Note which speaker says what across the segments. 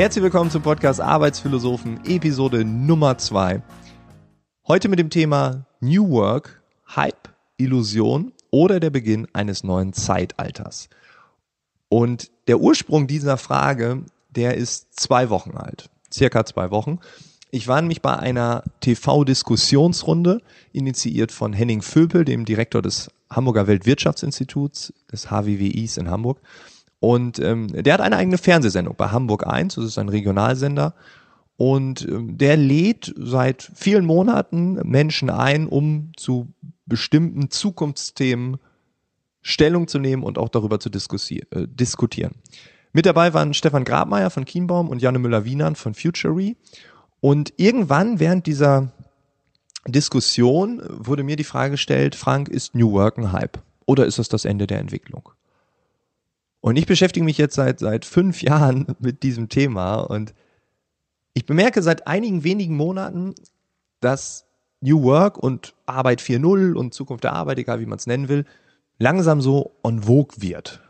Speaker 1: Herzlich willkommen zum Podcast Arbeitsphilosophen, Episode Nummer 2. Heute mit dem Thema New Work, Hype, Illusion oder der Beginn eines neuen Zeitalters. Und der Ursprung dieser Frage, der ist 2 Wochen alt, circa 2 Wochen. Ich war nämlich bei einer TV-Diskussionsrunde, initiiert von Henning Vöpel, dem Direktor des Hamburger Weltwirtschaftsinstituts, des HWWIs in Hamburg. Und der hat eine eigene Fernsehsendung bei Hamburg 1, das ist ein Regionalsender. Und der lädt seit vielen Monaten Menschen ein, um zu bestimmten Zukunftsthemen Stellung zu nehmen und auch darüber zu diskutieren. Mit dabei waren Stefan Grabmaier von Kienbaum und Janne Müller-Wienand von Futury. Und irgendwann während dieser Diskussion wurde mir die Frage gestellt, Frank, ist New Work ein Hype oder ist das Ende der Entwicklung? Und ich beschäftige mich jetzt seit 5 Jahren mit diesem Thema und ich bemerke seit einigen wenigen Monaten, dass New Work und Arbeit 4.0 und Zukunft der Arbeit, egal wie man es nennen will, langsam so en vogue wird.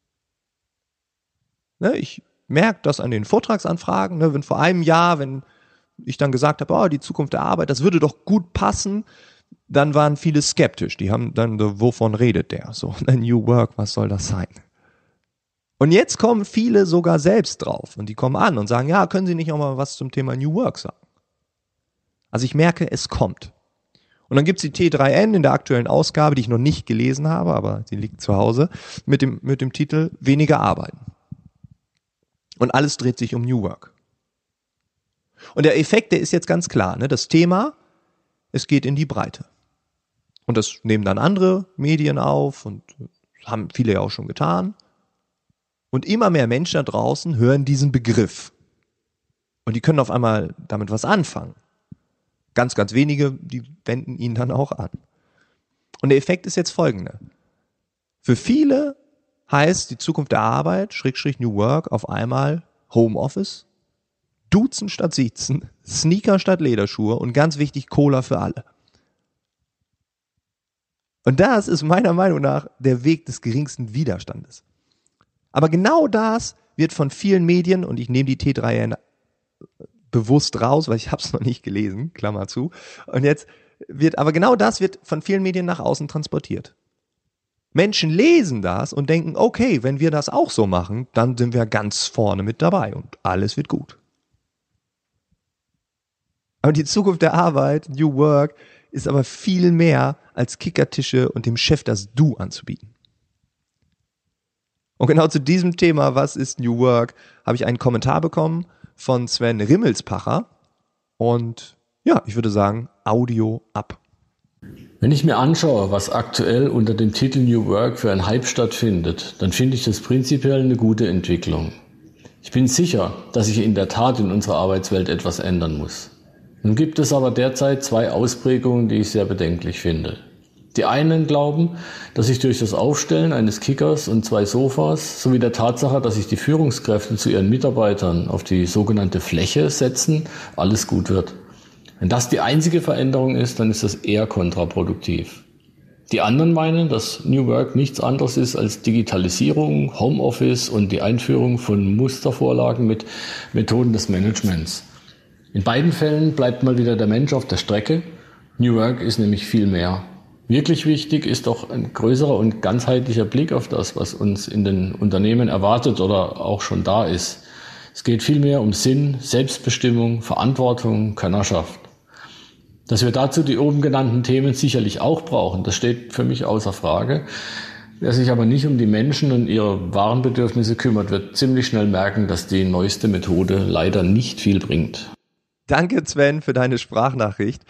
Speaker 1: Ne, ich merke das an den Vortragsanfragen, ne, wenn vor einem Jahr, wenn ich dann gesagt habe, oh, die Zukunft der Arbeit, das würde doch gut passen, dann waren viele skeptisch. Die haben dann, wovon redet der? So, New Work, was soll das sein? Und jetzt kommen viele sogar selbst drauf und die kommen an und sagen, ja, können Sie nicht auch mal was zum Thema New Work sagen? Also ich merke, es kommt. Und dann gibt's die T3N in der aktuellen Ausgabe, die ich noch nicht gelesen habe, aber sie liegt zu Hause, mit dem Titel Weniger arbeiten. Und alles dreht sich um New Work. Und der Effekt, der ist jetzt ganz klar, ne? Das Thema, es geht in die Breite. Und das nehmen dann andere Medien auf und haben viele ja auch schon getan. Und immer mehr Menschen da draußen hören diesen Begriff. Und die können auf einmal damit was anfangen. Ganz, ganz wenige, die wenden ihn dann auch an. Und der Effekt ist jetzt folgender. Für viele heißt die Zukunft der Arbeit, / New Work, auf einmal Homeoffice, Duzen statt Siezen, Sneaker statt Lederschuhe und ganz wichtig, Cola für alle. Und das ist meiner Meinung nach der Weg des geringsten Widerstandes. Aber genau das wird von vielen Medien, und ich nehme die T3N bewusst raus, weil ich habe es noch nicht gelesen, Klammer zu, und jetzt aber genau das wird von vielen Medien nach außen transportiert. Menschen lesen das und denken, okay, wenn wir das auch so machen, dann sind wir ganz vorne mit dabei und alles wird gut. Aber die Zukunft der Arbeit, New Work, ist aber viel mehr als Kickertische und dem Chef das Du anzubieten. Und genau zu diesem Thema, was ist New Work, habe ich einen Kommentar bekommen von Sven Rimmelspacher. Und ja, ich würde sagen, Audio ab.
Speaker 2: Wenn ich mir anschaue, was aktuell unter dem Titel New Work für ein Hype stattfindet, dann finde ich das prinzipiell eine gute Entwicklung. Ich bin sicher, dass sich in der Tat in unserer Arbeitswelt etwas ändern muss. Nun gibt es aber derzeit 2 Ausprägungen, die ich sehr bedenklich finde. Die einen glauben, dass sich durch das Aufstellen eines Kickers und 2 Sofas sowie der Tatsache, dass sich die Führungskräfte zu ihren Mitarbeitern auf die sogenannte Fläche setzen, alles gut wird. Wenn das die einzige Veränderung ist, dann ist das eher kontraproduktiv. Die anderen meinen, dass New Work nichts anderes ist als Digitalisierung, Homeoffice und die Einführung von Mustervorlagen mit Methoden des Managements. In beiden Fällen bleibt mal wieder der Mensch auf der Strecke. New Work ist nämlich viel mehr. Wirklich wichtig ist doch ein größerer und ganzheitlicher Blick auf das, was uns in den Unternehmen erwartet oder auch schon da ist. Es geht vielmehr um Sinn, Selbstbestimmung, Verantwortung, Könnerschaft. Dass wir dazu die oben genannten Themen sicherlich auch brauchen, das steht für mich außer Frage. Wer sich aber nicht um die Menschen und ihre wahren Bedürfnisse kümmert, wird ziemlich schnell merken, dass die neueste Methode leider nicht viel bringt.
Speaker 1: Danke, Sven, für deine Sprachnachricht.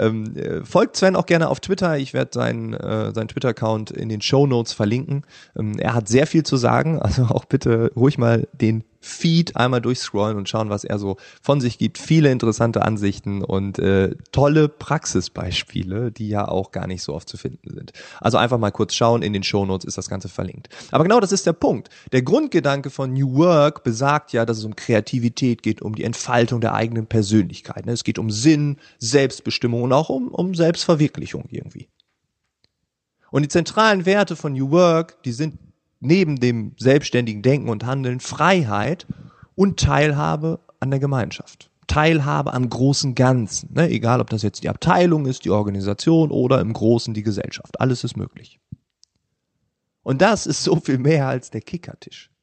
Speaker 1: Folgt Sven auch gerne auf Twitter. Ich werde seinen Twitter-Account in den Shownotes verlinken. Er hat sehr viel zu sagen, also auch bitte ruhig mal den Feed einmal durchscrollen und schauen, was er so von sich gibt. Viele interessante Ansichten und tolle Praxisbeispiele, die ja auch gar nicht so oft zu finden sind. Also einfach mal kurz schauen, in den Shownotes ist das Ganze verlinkt. Aber genau das ist der Punkt. Der Grundgedanke von New Work besagt ja, dass es um Kreativität geht, um die Entfaltung der eigenen Persönlichkeit. Es geht um Sinn, Selbstbestimmung und auch um Selbstverwirklichung irgendwie. Und die zentralen Werte von New Work, die sind neben dem selbstständigen Denken und Handeln Freiheit und Teilhabe an der Gemeinschaft. Teilhabe am großen Ganzen, ne? Egal, ob das jetzt die Abteilung ist, die Organisation oder im Großen die Gesellschaft. Alles ist möglich. Und das ist so viel mehr als der Kickertisch.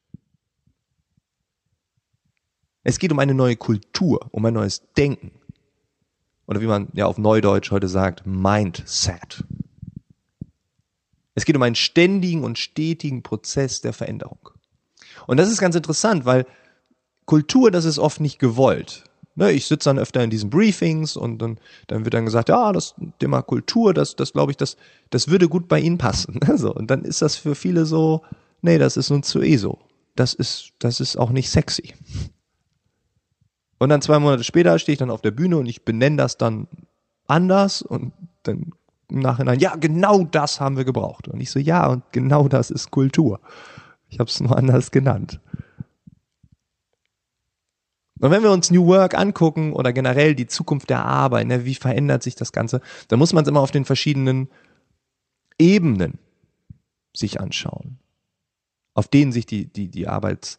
Speaker 1: Es geht um eine neue Kultur, um ein neues Denken. Oder wie man ja auf Neudeutsch heute sagt, Mindset. Es geht um einen ständigen und stetigen Prozess der Veränderung. Und das ist ganz interessant, weil Kultur, das ist oft nicht gewollt. Ich sitze dann öfter in diesen Briefings und dann wird dann gesagt, ja, das Thema Kultur, das glaube ich, das würde gut bei Ihnen passen. So, und dann ist das für viele so, nee, das ist uns zu ESO. Das ist auch nicht sexy. Und dann 2 Monate später stehe ich dann auf der Bühne und ich benenne das dann anders und dann im Nachhinein, ja, genau das haben wir gebraucht. Und ich so, ja, und genau das ist Kultur. Ich habe es nur anders genannt. Und wenn wir uns New Work angucken oder generell die Zukunft der Arbeit, ne, wie verändert sich das Ganze, dann muss man es immer auf den verschiedenen Ebenen sich anschauen, auf denen sich die Arbeit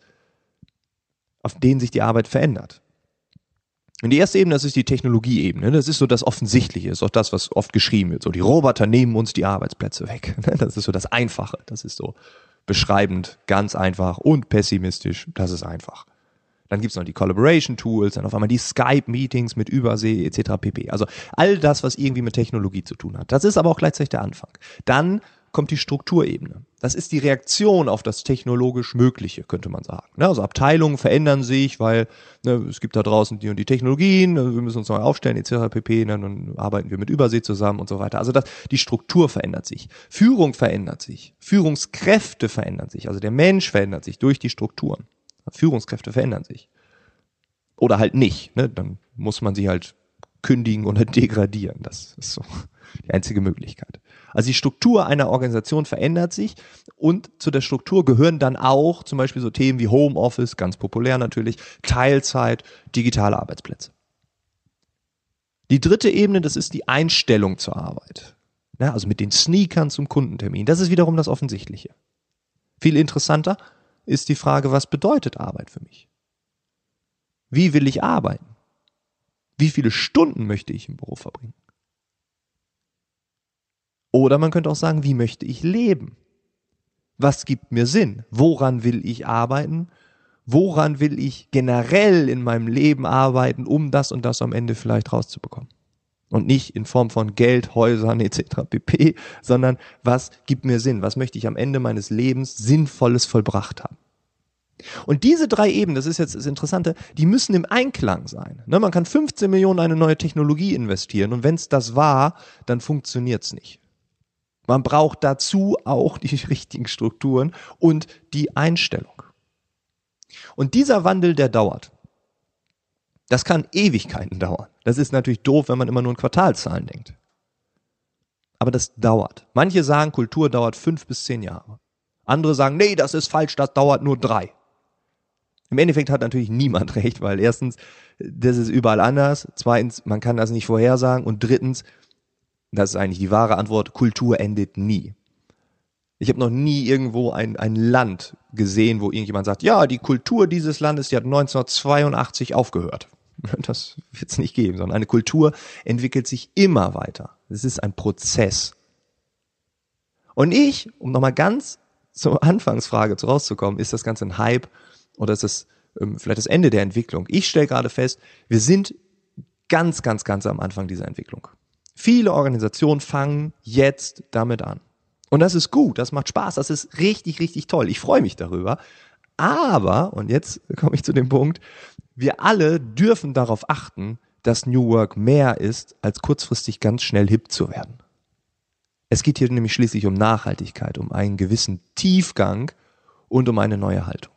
Speaker 1: verändert. Und die erste Ebene, das ist die Technologieebene. Das ist so das Offensichtliche, das ist auch das, was oft geschrieben wird. So, die Roboter nehmen uns die Arbeitsplätze weg. Das ist so das Einfache. Das ist so beschreibend, ganz einfach und pessimistisch. Das ist einfach. Dann gibt's noch die Collaboration-Tools, dann auf einmal die Skype-Meetings mit Übersee etc. pp. Also all das, was irgendwie mit Technologie zu tun hat. Das ist aber auch gleichzeitig der Anfang. Dann kommt die Strukturebene. Das ist die Reaktion auf das technologisch Mögliche, könnte man sagen. Also Abteilungen verändern sich, weil es gibt da draußen die und die Technologien, wir müssen uns neu aufstellen etc. pp. Dann arbeiten wir mit Übersee zusammen und so weiter. Also die Struktur verändert sich. Führung verändert sich. Führungskräfte verändern sich. Also der Mensch verändert sich durch die Strukturen. Führungskräfte verändern sich. Oder halt nicht. Dann muss man sie halt kündigen oder degradieren. Das ist so die einzige Möglichkeit. Also die Struktur einer Organisation verändert sich und zu der Struktur gehören dann auch zum Beispiel so Themen wie Homeoffice, ganz populär natürlich, Teilzeit, digitale Arbeitsplätze. Die dritte Ebene, das ist die Einstellung zur Arbeit. Also mit den Sneakern zum Kundentermin. Das ist wiederum das Offensichtliche. Viel interessanter ist die Frage, was bedeutet Arbeit für mich? Wie will ich arbeiten? Wie viele Stunden möchte ich im Büro verbringen? Oder man könnte auch sagen, wie möchte ich leben? Was gibt mir Sinn? Woran will ich arbeiten? Woran will ich generell in meinem Leben arbeiten, um das und das am Ende vielleicht rauszubekommen? Und nicht in Form von Geld, Häusern etc. pp., sondern was gibt mir Sinn? Was möchte ich am Ende meines Lebens Sinnvolles vollbracht haben? Und diese 3 Ebenen, das ist jetzt das Interessante, die müssen im Einklang sein. Man kann 15 Millionen in eine neue Technologie investieren und wenn es das war, dann funktioniert es nicht. Man braucht dazu auch die richtigen Strukturen und die Einstellung. Und dieser Wandel, der dauert. Das kann Ewigkeiten dauern. Das ist natürlich doof, wenn man immer nur in Quartalszahlen denkt. Aber das dauert. Manche sagen, Kultur dauert 5 bis 10 Jahre. Andere sagen, nee, das ist falsch, das dauert nur 3. Im Endeffekt hat natürlich niemand recht, weil erstens, das ist überall anders. Zweitens, man kann das nicht vorhersagen. Und drittens, das ist eigentlich die wahre Antwort, Kultur endet nie. Ich habe noch nie irgendwo ein Land gesehen, wo irgendjemand sagt, ja, die Kultur dieses Landes, die hat 1982 aufgehört. Das wird es nicht geben, sondern eine Kultur entwickelt sich immer weiter. Es ist ein Prozess. Und um nochmal ganz zur Anfangsfrage rauszukommen, ist das Ganze ein Hype oder ist das vielleicht das Ende der Entwicklung? Ich stelle gerade fest, wir sind ganz, ganz, ganz am Anfang dieser Entwicklung. Viele Organisationen fangen jetzt damit an. Und das ist gut, das macht Spaß, das ist richtig, richtig toll. Ich freue mich darüber. Aber, und jetzt komme ich zu dem Punkt, wir alle dürfen darauf achten, dass New Work mehr ist, als kurzfristig ganz schnell hip zu werden. Es geht hier nämlich schließlich um Nachhaltigkeit, um einen gewissen Tiefgang und um eine neue Haltung.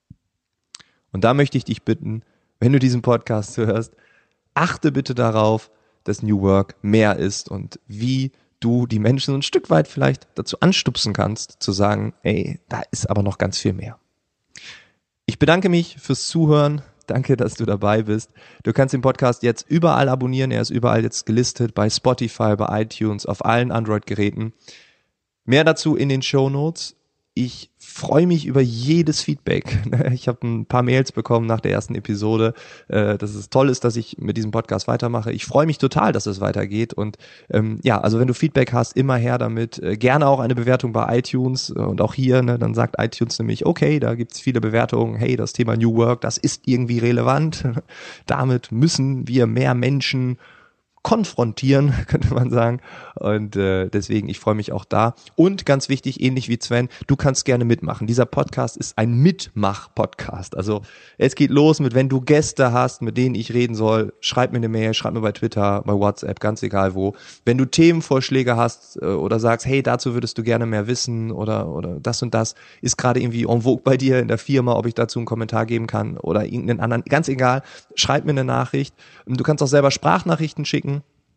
Speaker 1: Und da möchte ich dich bitten, wenn du diesen Podcast hörst, achte bitte darauf, dass New Work mehr ist und wie du die Menschen ein Stück weit vielleicht dazu anstupsen kannst, zu sagen, ey, da ist aber noch ganz viel mehr. Ich bedanke mich fürs Zuhören. Danke, dass du dabei bist. Du kannst den Podcast jetzt überall abonnieren. Er ist überall jetzt gelistet, bei Spotify, bei iTunes, auf allen Android-Geräten. Mehr dazu in den Shownotes. ich freue mich über jedes Feedback. Ich habe ein paar Mails bekommen nach der ersten Episode, dass es toll ist, dass ich mit diesem Podcast weitermache. Ich freue mich total, dass es weitergeht und also wenn du Feedback hast, immer her damit. Gerne auch eine Bewertung bei iTunes und auch hier, dann sagt iTunes nämlich, okay, da gibt's viele Bewertungen, hey, das Thema New Work, das ist irgendwie relevant. Damit müssen wir mehr Menschen konfrontieren, könnte man sagen. Und deswegen, ich freue mich auch da. Und ganz wichtig, ähnlich wie Sven, du kannst gerne mitmachen. Dieser Podcast ist ein Mitmach-Podcast. Also es geht los mit, wenn du Gäste hast, mit denen ich reden soll, schreib mir eine Mail, schreib mir bei Twitter, bei WhatsApp, ganz egal wo. Wenn du Themenvorschläge hast oder sagst, hey, dazu würdest du gerne mehr wissen oder das und das ist gerade irgendwie en vogue bei dir in der Firma, ob ich dazu einen Kommentar geben kann oder irgendeinen anderen, ganz egal, schreib mir eine Nachricht. Du kannst auch selber Sprachnachrichten schicken.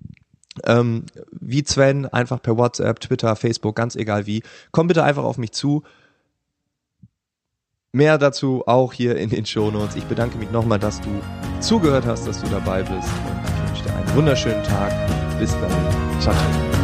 Speaker 1: Wie Sven, einfach per WhatsApp, Twitter, Facebook, ganz egal wie. Komm bitte einfach auf mich zu. Mehr dazu auch hier in den Shownotes. Ich bedanke mich nochmal, dass du zugehört hast, dass du dabei bist und ich wünsche dir einen wunderschönen Tag. Bis dann. Ciao, ciao.